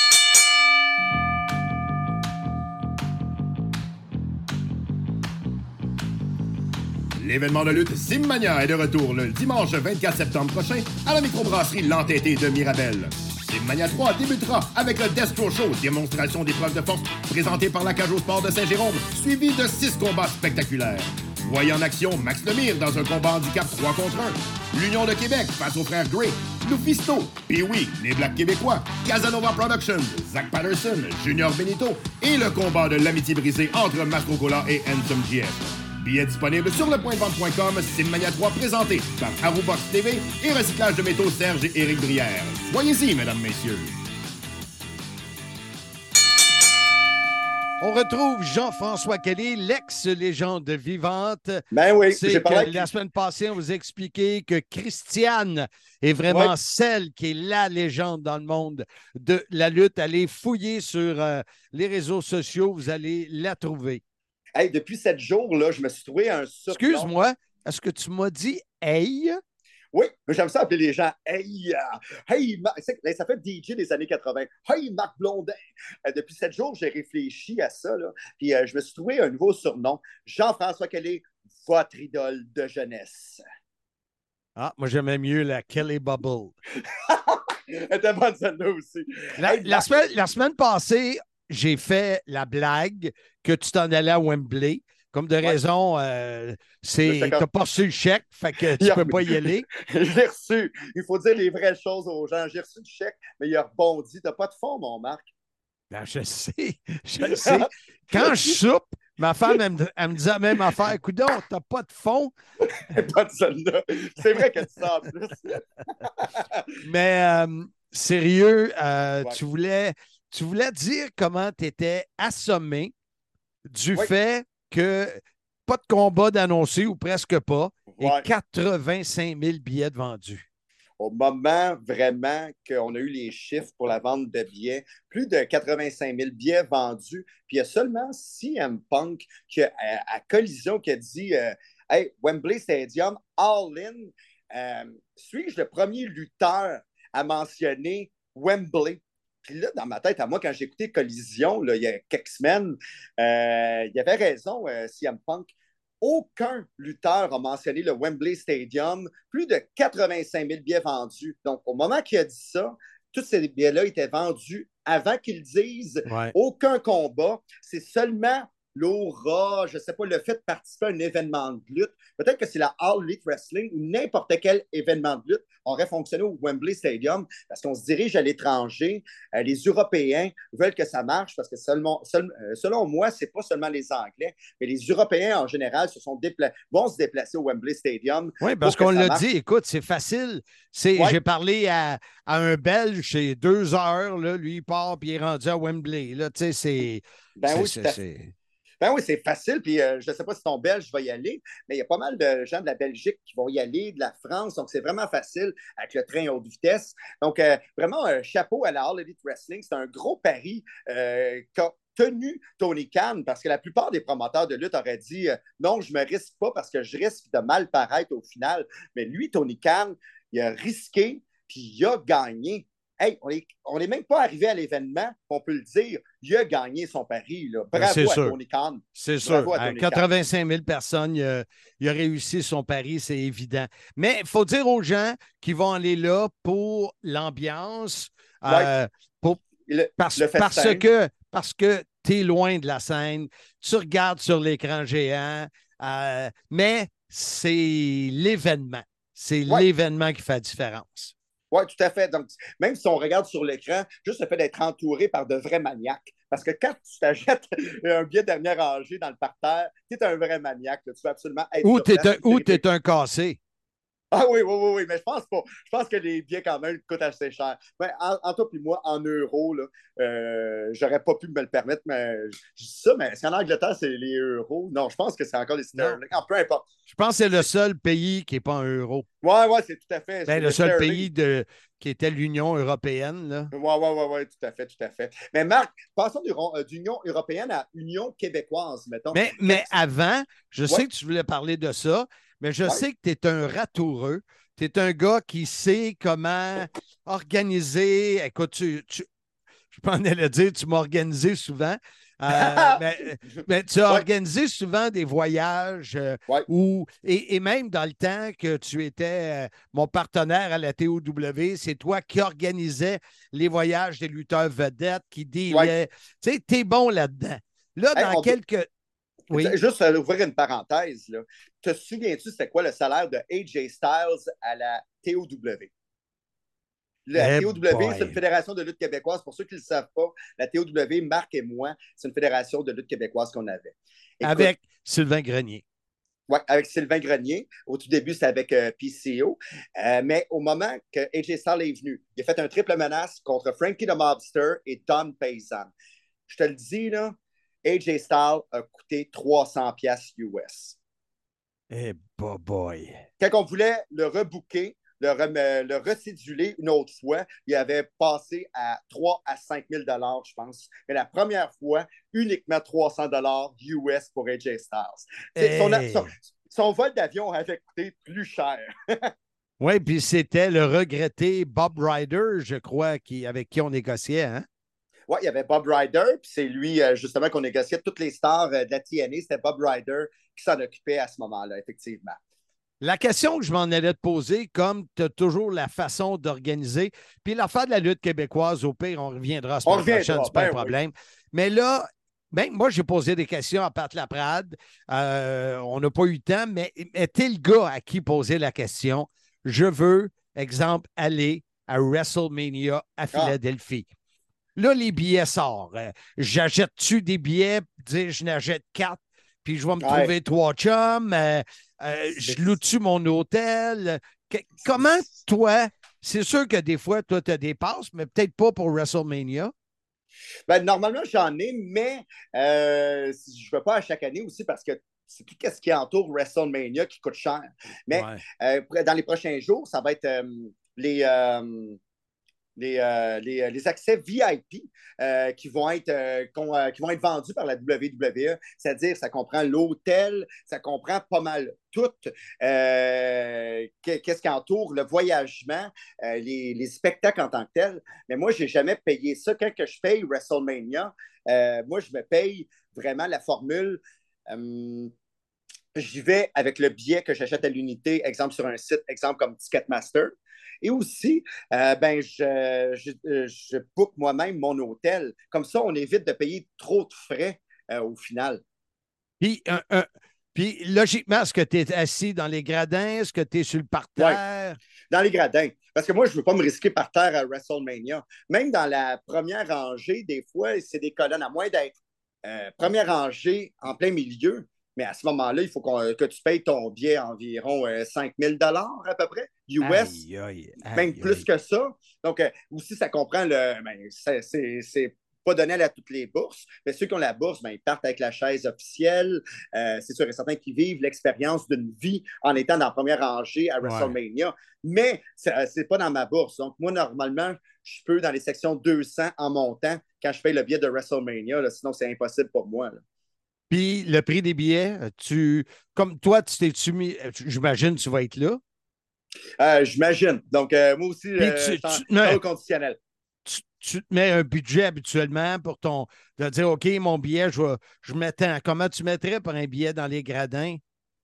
L'événement de lutte Simmania est de retour le dimanche 24 septembre prochain à la microbrasserie L'Entêté de Mirabel. Simmania 3 débutera avec le Destro Show, démonstration d'épreuves de force présentée par la Cage au Sport de Saint-Jérôme, suivi de 6 combats spectaculaires. Voyez en action Max Lemire dans un combat handicap 3 contre 1, l'Union de Québec face aux frères Gray, Lufisto, Pee-Wee, les Blacks québécois, Casanova Productions, Zach Patterson, Junior Benito et le combat de l'amitié brisée entre Mastro Cola et Ansum GF. Billets disponibles sur lepointdevente.com. Simmania 3 présenté par Arrowbox TV et Recyclage de métaux Serge et Éric Brière. Soyez-y, mesdames, messieurs. On retrouve Jean-François Kelly, l'ex-légende vivante. Ben oui, c'est que la semaine passée, on vous a expliqué que Christiane est vraiment celle qui est la légende dans le monde de la lutte. Allez fouiller sur les réseaux sociaux, vous allez la trouver. Hey, depuis 7 jours, là, je me suis trouvé un surplomb. Excuse-moi, est-ce que tu m'as dit « hey » ? Oui, mais j'aime ça appeler les gens Hey, ça fait DJ des années 80. Hey, Marc Blondin. Depuis 7 jours, j'ai réfléchi à ça, là, puis je me suis trouvé un nouveau surnom. Jean-François Kelly, votre idole de jeunesse. Ah, moi, j'aimais mieux la Kelly Bubble. Elle était bonne celle-là aussi. La semaine passée, j'ai fait la blague que tu t'en allais à Wembley. Comme de raison, tu n'as pas reçu le chèque, fait que tu ne peux pas y aller. J'ai reçu. Il faut dire les vraies choses aux gens. J'ai reçu du chèque, mais il a rebondi. Tu n'as pas de fond, mon Marc. Ben, je sais. Quand je soupe, ma femme, elle me dit la même affaire. Coudonc, tu n'as pas de fond. Pas de celle-là. C'est vrai que tu sens en plus. Mais sérieux, Ouais. tu voulais dire comment tu étais assommé du fait que pas de combat d'annoncé ou presque pas, et 85 000 billets de vendus. Au moment vraiment qu'on a eu les chiffres pour la vente de billets, plus de 85 000 billets vendus, puis il y a seulement CM Punk à Collision qui a dit Hey, Wembley Stadium, all-in. Suis-je le premier lutteur à mentionner Wembley? Puis là, dans ma tête, à moi, quand j'ai écouté Collision, là, il y a quelques semaines, il y avait raison, CM Punk. Aucun lutteur a mentionné le Wembley Stadium. Plus de 85 000 billets vendus. Donc, au moment qu'il a dit ça, tous ces billets-là étaient vendus avant qu'ils disent aucun combat. C'est seulement l'aura, je ne sais pas, le fait de participer à un événement de lutte. Peut-être que c'est la All Elite Wrestling ou n'importe quel événement de lutte aurait fonctionné au Wembley Stadium parce qu'on se dirige à l'étranger. Les Européens veulent que ça marche parce que selon moi, ce n'est pas seulement les Anglais, mais les Européens en général vont se déplacer au Wembley Stadium. Oui, parce qu'on l'a dit, écoute, c'est facile. J'ai parlé à un Belge, c'est 2 heures, là, lui, il part puis il est rendu à Wembley. Là, tu sais, c'est. Ben oui, c'est facile. Puis je ne sais pas si ton Belge va y aller, mais il y a pas mal de gens de la Belgique qui vont y aller, de la France. Donc, c'est vraiment facile avec le train haute vitesse. Donc, vraiment, un chapeau à la All Elite Wrestling. C'est un gros pari qu'a tenu Tony Khan parce que la plupart des promoteurs de lutte auraient dit non, je ne me risque pas parce que je risque de mal paraître au final. Mais lui, Tony Khan, il a risqué puis il a gagné. Hey, on n'est même pas arrivé à l'événement, on peut le dire. Il a gagné son pari. Là. Bravo à Tony Khan. C'est sûr. À 85 000 personnes, il a réussi son pari, c'est évident. Mais il faut dire aux gens qui vont aller là pour l'ambiance, parce que tu es loin de la scène, tu regardes sur l'écran géant, mais c'est l'événement. C'est l'événement qui fait la différence. Oui, tout à fait. Donc, même si on regarde sur l'écran, juste le fait d'être entouré par de vrais maniaques. Parce que quand tu t'achètes un billet de dernière rangée dans le parterre, tu es un vrai maniaque. Là. Tu veux absolument être Ou tu es un cassé. Ah oui, mais je pense pas. Je pense que les billets, quand même, coûtent assez cher. Mais en toi et moi, en euros, là, j'aurais pas pu me le permettre, mais je dis ça, mais est-ce qu'en Angleterre, c'est les euros? Non, je pense que c'est encore les sterling. Ah, peu importe. Je pense que c'est le seul pays qui n'est pas en euros. Oui, c'est tout à fait. Ben, le seul pays qui était l'Union européenne. Oui, tout à fait. Mais Marc, passons d'Union européenne à Union québécoise, mettons. Mais avant, je sais que tu voulais parler de ça, mais je sais que tu es un ratoureux. Tu es un gars qui sait comment organiser. Écoute, je m'en allais dire, tu m'as organisé souvent. Mais tu as organisé souvent des voyages et même dans le temps que tu étais mon partenaire à la TOW, c'est toi qui organisais les voyages des lutteurs vedettes, qui dealaient. Tu sais, tu es bon là-dedans. Là, dans quelques... Oui. Juste ouvrir une parenthèse, là. Te souviens-tu c'était quoi le salaire de AJ Styles à la TOW? La TOW, c'est une fédération de lutte québécoise. Pour ceux qui ne le savent pas, la TOW, Marc et moi, c'est une fédération de lutte québécoise qu'on avait. Écoute, avec Sylvain Grenier. Oui, avec Sylvain Grenier. Au tout début, c'était avec PCO. Mais au moment que AJ Styles est venu, il a fait un triple menace contre Frankie the Mobster et Don Paysan. Je te le dis, là, AJ Styles a coûté 300$ US. Eh, boy. Quand on voulait le rebooker, le recéduler une autre fois, il avait passé à 3 à 5 000 $, je pense. Mais la première fois, uniquement 300$ US pour AJ Styles. Son vol d'avion avait coûté plus cher. Oui, puis c'était le regretté Bob Ryder, je crois, avec qui on négociait, hein? Oui, il y avait Bob Ryder, puis c'est lui, justement, qu'on négociait toutes les stars de la TNA. C'était Bob Ryder qui s'en occupait à ce moment-là, effectivement. La question que je m'en allais te poser, comme tu as toujours la façon d'organiser, puis l'affaire de la lutte québécoise, au pire, on reviendra à ce moment prochain, c'est pas un problème. Oui. Mais là, moi, j'ai posé des questions à Pat Laprade. On n'a pas eu le temps, mais t'es le gars à qui poser la question. Je veux, exemple, aller à WrestleMania à Philadelphie. Là, les billets sortent. J'achète-tu des billets, dire je n'achète 4, puis je vais me trouver 3 chums, je loue-tu mon hôtel? Comment, toi, c'est sûr que des fois, toi, tu as des passes, mais peut-être pas pour WrestleMania. Ben, normalement, j'en ai, mais je ne veux pas à chaque année aussi parce que c'est tout ce qui entoure WrestleMania qui coûte cher. Mais dans les prochains jours, ça va être les accès VIP qui vont être vendus par la WWE. C'est-à-dire, ça comprend l'hôtel, ça comprend pas mal tout. Qu'est-ce qui entoure le voyagement, les spectacles en tant que tels. Mais moi, je n'ai jamais payé ça. Quand que je paye WrestleMania, moi, je me paye vraiment la formule. J'y vais avec le billet que j'achète à l'unité, exemple sur un site, exemple comme Ticketmaster. Et aussi, je book moi-même mon hôtel. Comme ça, on évite de payer trop de frais au final. Puis, logiquement, est-ce que tu es assis dans les gradins? Est-ce que tu es sur le parterre? Oui, dans les gradins. Parce que moi, je ne veux pas me risquer par terre à WrestleMania. Même dans la première rangée, des fois, c'est des colonnes. À moins d'être première rangée en plein milieu, mais à ce moment-là, il faut que tu payes ton billet environ 5 000 $ à peu près, US, même plus que ça. Donc, aussi, ça comprend c'est pas donné à toutes les bourses, mais ceux qui ont la bourse, ils partent avec la chaise officielle. C'est sûr et certain qu'ils vivent l'expérience d'une vie en étant dans la première rangée à WrestleMania. Mais c'est pas dans ma bourse. Donc, moi, normalement, je peux dans les sections 200 en montant quand je paye le billet de WrestleMania. Là, sinon, c'est impossible pour moi. Là. Puis le prix des billets, comme toi, tu t'es-tu mis, j'imagine que tu vas être là? J'imagine. Donc, moi aussi, je suis au conditionnel. Tu te mets un budget habituellement pour de dire, OK, mon billet, je m'attends. Comment tu mettrais pour un billet dans les gradins?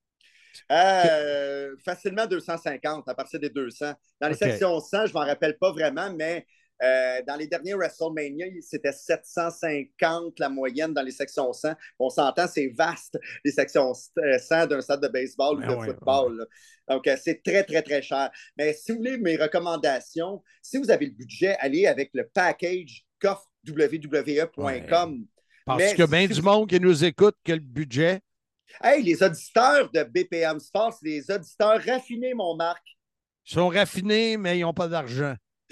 Facilement 250 à partir des 200. Dans les sections 100, je ne m'en rappelle pas vraiment, mais dans les derniers WrestleMania, c'était 750 la moyenne dans les sections 100. On s'entend, c'est vaste, les sections 100 d'un stade de baseball ou de football. Donc, c'est très, très, très cher. Mais si vous voulez mes recommandations, si vous avez le budget, allez avec le package coffre www.com. Parce que bien du monde qui nous écoute que le budget. Hey, les auditeurs de BPM Sports, c'est des auditeurs raffinés, mon Marc. Ils sont raffinés, mais ils n'ont pas d'argent.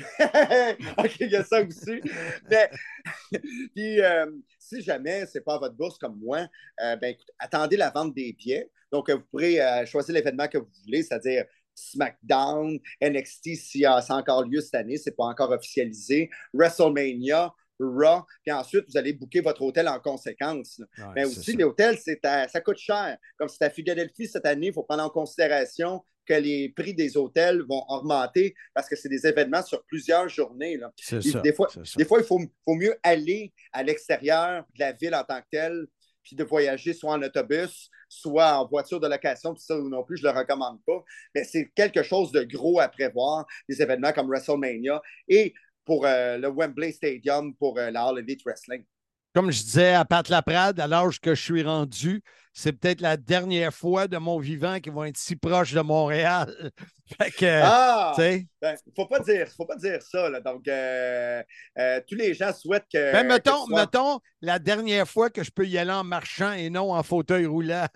OK, il y a ça aussi. Mais, puis, si jamais ce n'est pas à votre bourse comme moi, écoute, attendez la vente des billets. Donc, vous pourrez choisir l'événement que vous voulez, c'est-à-dire SmackDown, NXT, si ça a encore lieu cette année, ce n'est pas encore officialisé, WrestleMania, Raw, puis ensuite, vous allez booker votre hôtel en conséquence. Mais aussi, les hôtels, ça coûte cher. Comme c'est à Philadelphie cette année, il faut prendre en considération que les prix des hôtels vont augmenter parce que c'est des événements sur plusieurs journées. Là. Des fois, il faut mieux aller à l'extérieur de la ville en tant que telle, puis de voyager soit en autobus, soit en voiture de location, puis ça non plus, je ne le recommande pas. Mais c'est quelque chose de gros à prévoir, des événements comme WrestleMania et pour le Wembley Stadium pour la All Elite Wrestling. Comme je disais à Pat Laprade, à l'âge que je suis rendu, c'est peut-être la dernière fois de mon vivant qu'ils vont être si proches de Montréal. Fait que, faut pas dire ça. Là. Donc, tous les gens souhaitent que. Ben, mettons la dernière fois que je peux y aller en marchant et non en fauteuil roulant.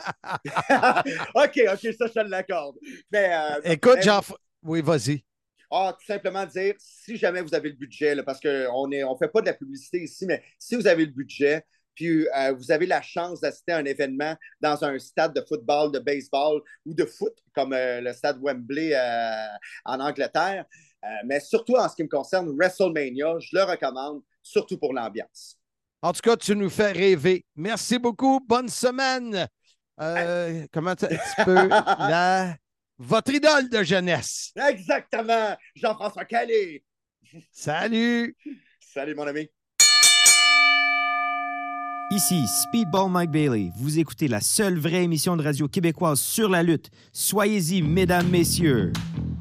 OK, ça, je te l'accorde. Écoute, oui, vas-y. Tout simplement dire, si jamais vous avez le budget, là, parce qu'on ne fait pas de la publicité ici, mais si vous avez le budget, puis vous avez la chance d'assister à un événement dans un stade de football, de baseball ou de foot, comme le stade Wembley en Angleterre, mais surtout en ce qui me concerne, WrestleMania, je le recommande, surtout pour l'ambiance. En tout cas, tu nous fais rêver. Merci beaucoup. Bonne semaine. Comment tu peux votre idole de jeunesse. Exactement. Jean-François Calais. Salut. Salut, mon ami. Ici Speedball Mike Bailey. Vous écoutez la seule vraie émission de radio québécoise sur la lutte. Soyez-y, mesdames, messieurs.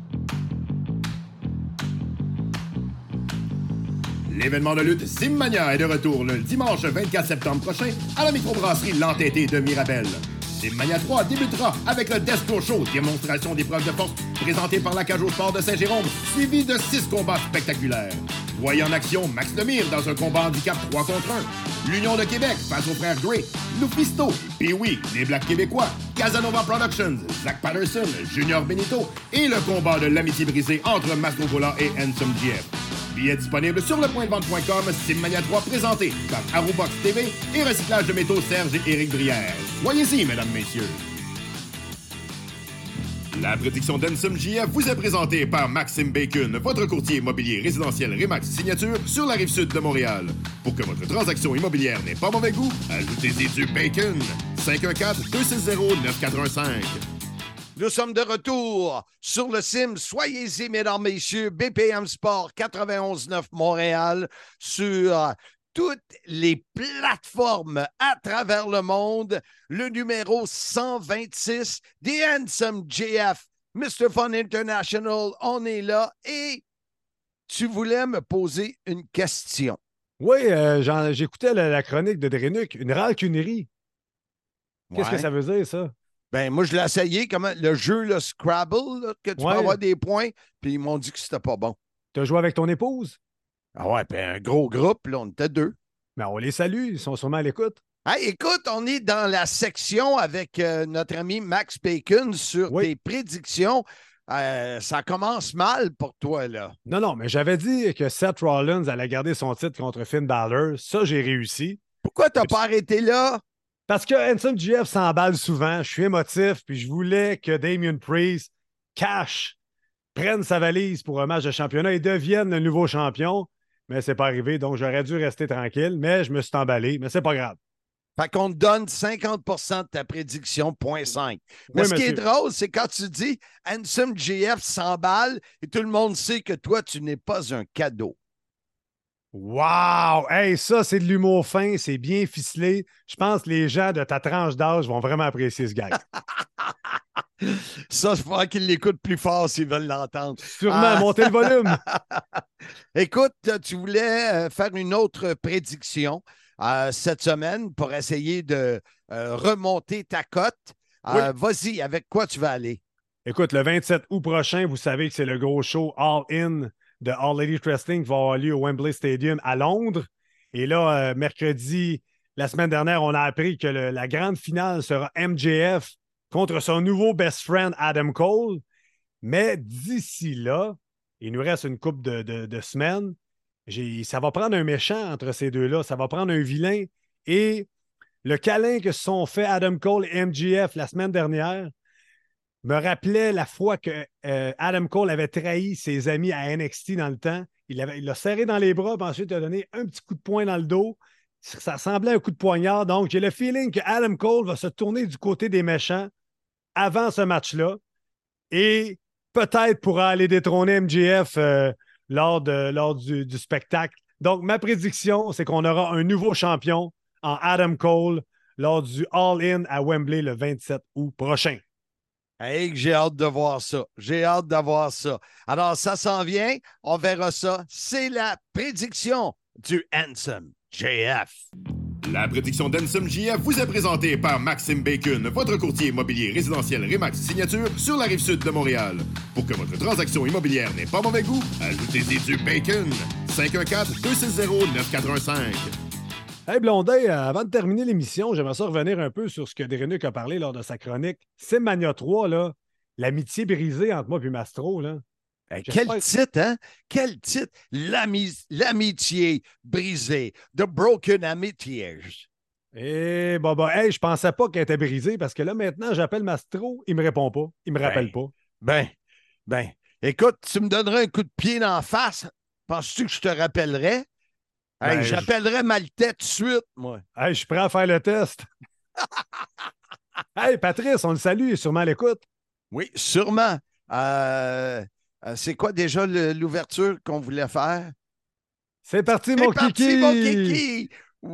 L'événement de lutte Simmania est de retour le dimanche 24 septembre prochain à la microbrasserie L'Entêté de Mirabel. Simmania 3 débutera avec le Destro Show, démonstration d'épreuves de force présentée par la Cage au Sport de Saint-Jérôme, suivi de 6 combats spectaculaires. Voyez en action Max Lemire dans un combat handicap 3 contre 1, l'Union de Québec face aux frères Gray, Lufisto, Pee-Wee, les Blacks québécois, Casanova Productions, Zach Patterson, Junior Benito et le combat de l'amitié brisée entre Mastrogola et Handsome GF. Billets disponibles sur lepointdevente.com. Simmania 3 présenté par Arrowbox TV et Recyclage de métaux Serge et Éric Brière. Voyez-y, mesdames, messieurs. La prédiction d'Handsome JF vous est présentée par Maxime Bacon, votre courtier immobilier résidentiel Remax Signature sur la Rive-Sud de Montréal. Pour que votre transaction immobilière n'ait pas mauvais goût, ajoutez-y du bacon. 514-260-9415. Nous sommes de retour sur le Sim. Soyez-y, mesdames, messieurs. BPM Sport 91.9 Montréal sur toutes les plateformes à travers le monde. Le numéro 126 des Handsome JF, Mr. Fun International. On est là et tu voulais me poser une question. Oui, j'écoutais la chronique de Drenuk, une rancunerie. Qu'est-ce que ça veut dire, ça? Ben, moi, je l'ai essayé, le jeu, le Scrabble, là, que tu peux avoir des points, puis ils m'ont dit que c'était pas bon. Tu as joué avec ton épouse? Ah ouais, puis un gros groupe, là, on était 2. Mais on les salue, ils sont sûrement à l'écoute. Hey, écoute, on est dans la section avec notre ami Max Bacon sur tes prédictions. Ça commence mal pour toi, là. Non, mais j'avais dit que Seth Rollins allait garder son titre contre Finn Balor. Ça, j'ai réussi. Pourquoi t'as pas arrêté là? Parce que Handsome GF s'emballe souvent. Je suis émotif, puis je voulais que Damien Priest prenne sa valise pour un match de championnat et devienne le nouveau champion. Mais c'est pas arrivé, donc j'aurais dû rester tranquille. Mais je me suis emballé, mais c'est pas grave. Fait qu'on te donne 50% de ta prédiction, 0.5. Mais ce qui est drôle, c'est quand tu dis Handsome GF s'emballe et tout le monde sait que toi, tu n'es pas un cadeau. Wow! Hey, ça, c'est de l'humour fin, c'est bien ficelé. Je pense que les gens de ta tranche d'âge vont vraiment apprécier ce gag. Ça, il faudra qu'ils l'écoutent plus fort s'ils veulent l'entendre. Sûrement, monter le volume. Écoute, tu voulais faire une autre prédiction cette semaine pour essayer de remonter ta cote. Vas-y, avec quoi tu vas aller? Écoute, le 27 août prochain, vous savez que c'est le gros show All-In de All Elite Wrestling qui va avoir lieu au Wembley Stadium à Londres. Et là, mercredi, la semaine dernière, on a appris que la grande finale sera MJF contre son nouveau best friend Adam Cole. Mais d'ici là, il nous reste une couple de semaines. Ça va prendre un méchant entre ces deux-là. Ça va prendre un vilain. Et le câlin que se sont fait Adam Cole et MJF la semaine dernière me rappelait la fois que Adam Cole avait trahi ses amis à NXT dans le temps. Il l'a serré dans les bras, puis ensuite il a donné un petit coup de poing dans le dos. Ça ressemblait à un coup de poignard. Donc, j'ai le feeling que Adam Cole va se tourner du côté des méchants avant ce match-là et peut-être pourra aller détrôner MJF lors du spectacle. Donc, ma prédiction, c'est qu'on aura un nouveau champion en Adam Cole lors du All-In à Wembley le 27 août prochain. Hey, j'ai hâte de voir ça. J'ai hâte d'avoir ça. Alors, ça s'en vient. On verra ça. C'est la prédiction du Handsome JF. La prédiction d'Handsome JF vous est présentée par Maxime Bacon, votre courtier immobilier résidentiel Remax Signature sur la Rive-Sud de Montréal. Pour que votre transaction immobilière n'ait pas mauvais goût, ajoutez-y du bacon. 514-260-9415. Hey Blondin, avant de terminer l'émission, j'aimerais ça revenir un peu sur ce que Drenuk a parlé lors de sa chronique. Simmania 3, là, l'amitié brisée entre moi et Mastro. Là. Quel titre, hein? Quel titre? L'amitié brisée. The Broken Amitiés. Eh, hey, je pensais pas qu'elle était brisée parce que là, maintenant, j'appelle Mastro, il me répond pas. Il me rappelle pas. Écoute, tu me donnerais un coup de pied dans la face. Penses-tu que je te rappellerais? Hey, j'appellerais Maltais tout de suite, moi. Hey, je suis prêt à faire le test. Hey, Patrice, on le salue, il est sûrement à l'écoute. Oui, sûrement. C'est quoi déjà l'ouverture qu'on voulait faire? C'est parti, C'est mon parti, kiki! mon kiki!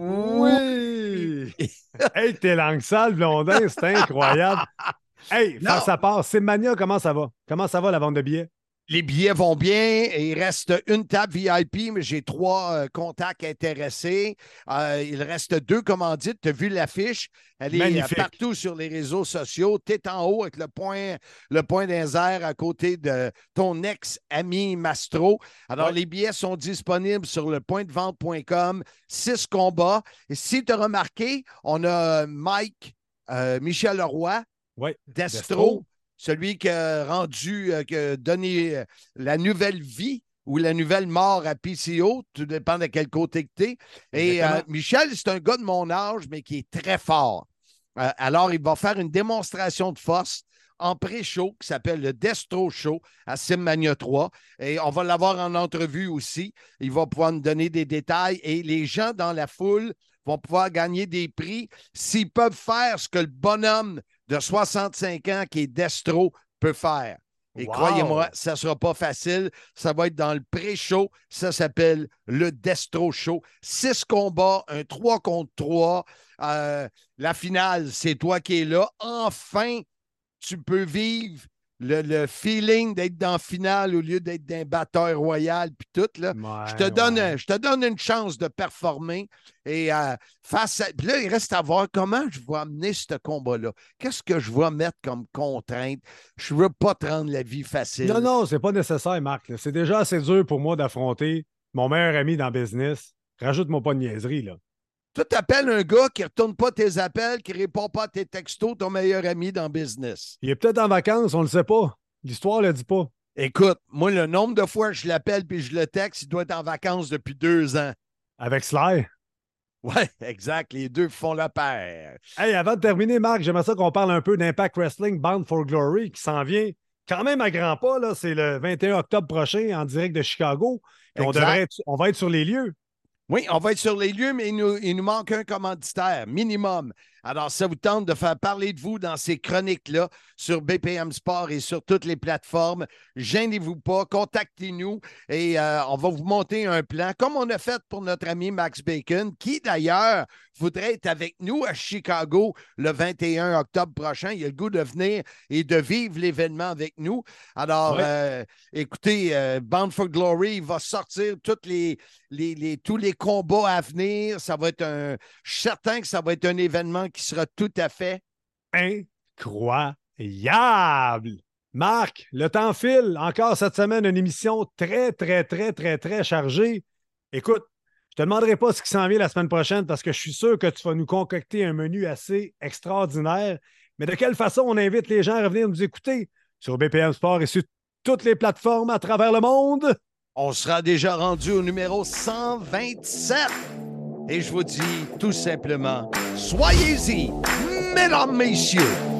Oui! Hey, t'es langue sale, Blondin, c'est incroyable. Hey, Non. face à part, Simmania, comment ça va? Comment ça va, la vente de billets? Les billets vont bien. Il reste une table VIP, mais j'ai 3 contacts intéressés. Il reste 2 commandites. Tu as vu l'affiche? Elle est Magnifique. partout sur les réseaux sociaux. Tu es en haut avec le point des airs à côté de ton ex-ami Mastro. Alors, les billets sont disponibles sur le pointdevente.com. 6 combats. Et si tu as remarqué, on a Mike, Michel Leroy, Destro. Celui qui a donné la nouvelle vie ou la nouvelle mort à PCO, tout dépend de quel côté que tu es. Et Michel, c'est un gars de mon âge, mais qui est très fort. Alors, il va faire une démonstration de force en pré-show qui s'appelle le Destro Show à Simmania 3. Et on va l'avoir en entrevue aussi. Il va pouvoir nous donner des détails et les gens dans la foule vont pouvoir gagner des prix s'ils peuvent faire ce que le bonhomme de 65 ans qui est Destro peut faire. Et croyez-moi, ça ne sera pas facile. Ça va être dans le pré-show. Ça s'appelle le Destro Show. 6 combats, un 3 contre 3. La finale, c'est toi qui es là. Enfin, tu peux vivre le feeling d'être dans la finale au lieu d'être dans un batteur royal puis tout. Là. Je te donne une chance de performer. Et puis là, il reste à voir comment je vais amener ce combat-là. Qu'est-ce que je vais mettre comme contrainte? Je ne veux pas te rendre la vie facile. Non, c'est pas nécessaire, Marc. C'est déjà assez dur pour moi d'affronter mon meilleur ami dans le business. Rajoute-moi pas de niaiserie, là. Tu t'appelles un gars qui ne retourne pas tes appels, qui ne répond pas à tes textos, ton meilleur ami dans le business. Il est peut-être en vacances, on ne le sait pas. L'histoire ne le dit pas. Écoute, moi, le nombre de fois que je l'appelle puis je le texte, il doit être en vacances depuis 2 ans. Avec Sly? Oui, exact. Les deux font la paire. Hey, avant de terminer, Marc, j'aimerais ça qu'on parle un peu d'Impact Wrestling Bound for Glory qui s'en vient quand même à grands pas. Là. C'est le 21 octobre prochain en direct de Chicago. Puis on va être sur les lieux. Oui, on va être sur les lieux, mais il nous manque un commanditaire, minimum. Alors, ça vous tente de faire parler de vous dans ces chroniques-là sur BPM Sport et sur toutes les plateformes. Gênez-vous pas, contactez-nous et on va vous monter un plan, comme on a fait pour notre ami Max Bacon, qui d'ailleurs voudrait être avec nous à Chicago le 21 octobre prochain. Il a le goût de venir et de vivre l'événement avec nous. Alors, écoutez, Bound for Glory va sortir tous les combats à venir. Ça va être je suis certain que ça va être un événement qui sera tout à fait incroyable. Marc, le temps file. Encore cette semaine, une émission très, très, très, très, très chargée. Écoute, je ne te demanderai pas ce qui s'en vient la semaine prochaine parce que je suis sûr que tu vas nous concocter un menu assez extraordinaire. Mais de quelle façon on invite les gens à venir nous écouter sur BPM Sport et sur toutes les plateformes à travers le monde? On sera déjà rendu au numéro 127. Et je vous dis tout simplement, soyez-y, mesdames, messieurs.